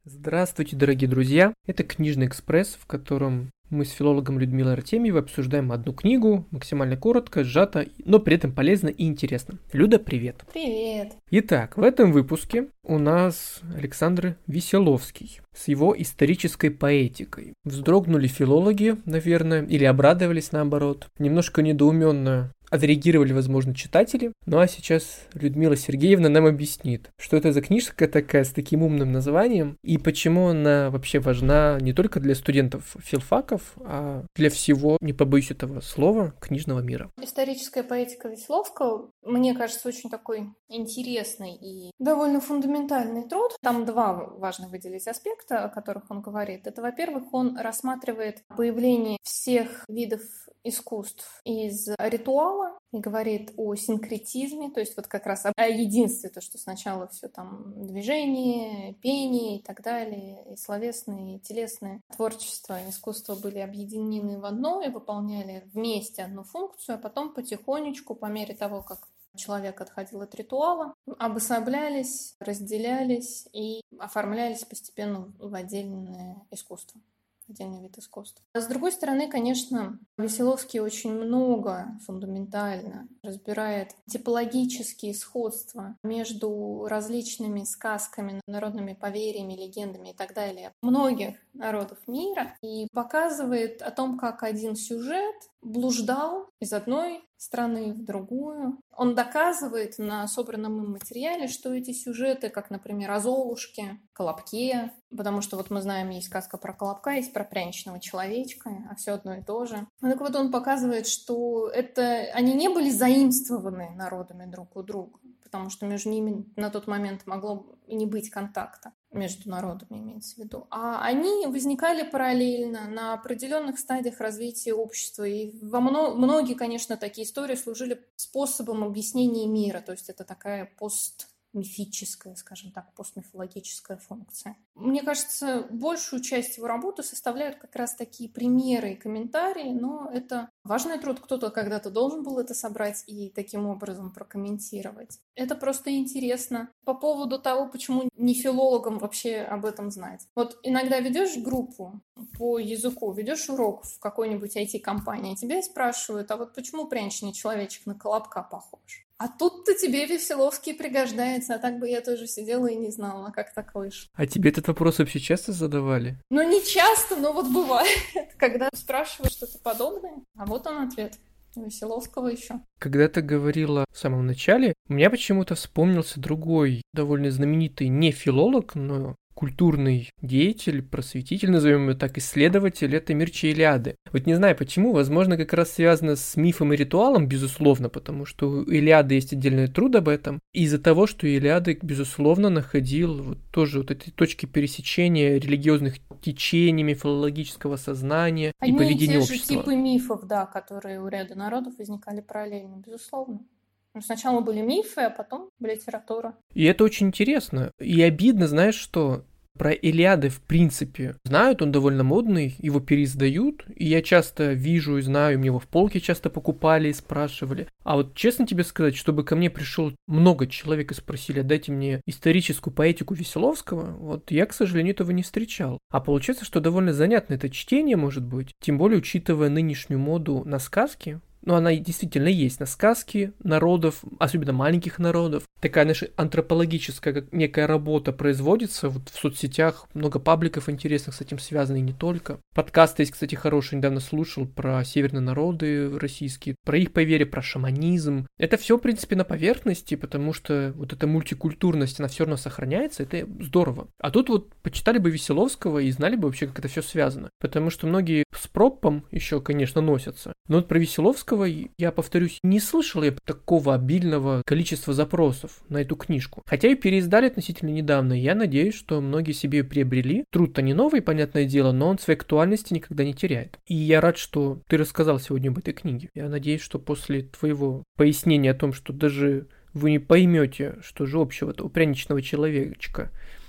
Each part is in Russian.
Здравствуйте, дорогие друзья! Это «Книжный экспресс», в котором мы с филологом Людмилой Артемьевой обсуждаем одну книгу, максимально коротко, сжато, но при этом полезно и интересно. Люда, привет! Привет! Итак, в этом выпуске у нас Александр Веселовский с его исторической поэтикой. Вздрогнули филологи, наверное, или обрадовались наоборот. Немножко недоуменно отреагировали, возможно, читатели. Ну а сейчас Людмила Сергеевна нам объяснит, что это за книжка такая с таким умным названием и почему она вообще важна не только для студентов филфаков, а для всего, не побоюсь этого слова, книжного мира. Историческая поэтика Веселовского, мне кажется, очень такой интересный и довольно фундаментальный труд. Там два важно выделить аспекта, о которых он говорит. Это, во-первых, он рассматривает появление всех видов искусств из ритуала и говорит о синкретизме, то есть вот как раз о единстве, то, что сначала все там движение, пение и так далее, и словесное, и телесное творчество, и искусство были объединены в одно и выполняли вместе одну функцию, а потом потихонечку, по мере того, как человек отходил от ритуала, обособлялись, разделялись и оформлялись постепенно в отдельное искусство. Отдельный вид искусства. А с другой стороны, конечно, Веселовский очень много фундаментально разбирает типологические сходства между различными сказками, народными поверьями, легендами и так далее многих народов мира и показывает о том, как один сюжет блуждал из одной страны в другую. Он доказывает на собранном им материале, что эти сюжеты, как, например, о Золушке, Колобке, потому что вот мы знаем, есть сказка про Колобка, есть про пряничного человечка, а все одно и то же. Так вот он показывает, что они не были заимствованы народами друг у друга, потому что между ними на тот момент могло и не быть контакта. Между народами имеется в виду. А они возникали параллельно на определенных стадиях развития общества. И многие, конечно, такие истории служили способом объяснения мира. То есть это такая постмифическая, скажем так, постмифологическая функция. Мне кажется, большую часть его работы составляют как раз такие примеры и комментарии, но это важный труд. Кто-то когда-то должен был это собрать и таким образом прокомментировать. Это просто интересно. По поводу того, почему не филологам вообще об этом знать. Вот иногда ведешь группу по языку, ведешь урок в какой-нибудь IT-компании, тебя спрашивают, а вот почему пряничный человечек на Колобка похож? А тут-то тебе Веселовский пригождается, а так бы я тоже сидела и не знала, как так вышло. А тебе этот вопрос вообще часто задавали? Ну, не часто, но вот бывает, когда спрашивают что-то подобное, а вот он ответ. Веселовского еще. Когда ты говорила в самом начале, у меня почему-то вспомнился другой довольно знаменитый не филолог, но культурный деятель, просветитель, назовем его так, исследователь, это Мирча Илиады. Вот не знаю почему, возможно, как раз связано с мифом и ритуалом, безусловно, потому что у Илиады есть отдельный труд об этом, и из-за того, что Илиады, безусловно, находил вот тоже вот эти точки пересечения религиозных течений, мифологического сознания и поведения общества. Одни и те же типы мифов, да, которые у ряда народов возникали параллельно, безусловно. Сначала были мифы, а потом литература. И это очень интересно. И обидно, знаешь, что про Илиады, в принципе, знают, он довольно модный, его переиздают, и я часто вижу и знаю, мне его в полке часто покупали и спрашивали. А вот честно тебе сказать, чтобы ко мне пришел много человек и спросили, дайте мне историческую поэтику Веселовского, вот я, к сожалению, этого не встречал. А получается, что довольно занятно это чтение может быть, тем более учитывая нынешнюю моду на сказки. Но она действительно есть на сказки народов, особенно маленьких народов. Такая наша антропологическая как некая работа производится. Вот в соцсетях много пабликов интересных с этим связано и не только. Подкаст есть, кстати, хороший, недавно слушал про северные народы российские, про их поверье, про шаманизм. Это все, в принципе, на поверхности, потому что вот эта мультикультурность, она все равно сохраняется, это здорово. А тут вот почитали бы Веселовского и знали бы вообще, как это все связано. Потому что многие с пропом еще, конечно, носятся. Но вот про Веселовского, я повторюсь, не слышал я такого обильного количества запросов на эту книжку. Хотя и переиздали относительно недавно, и я надеюсь, что многие себе ее приобрели. Труд-то не новый, понятное дело, но он своей актуальности никогда не теряет. И я рад, что ты рассказал сегодня об этой книге. Я надеюсь, что после твоего пояснения о том, что даже вы не поймете, что же общего у пряничного человечка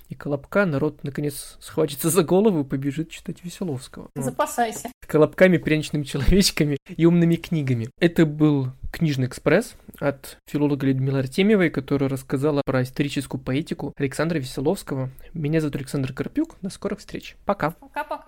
и Колобка, народ, наконец, схватится за голову и побежит читать Веселовского. Запасайся. С Колобками, пряничными человечками и умными книгами. Это был «Книжный экспресс» от филолога Людмилы Артемьевой, которая рассказала про историческую поэтику Александра Веселовского. Меня зовут Александр Карпюк. До скорых встреч. Пока. Пока-пока.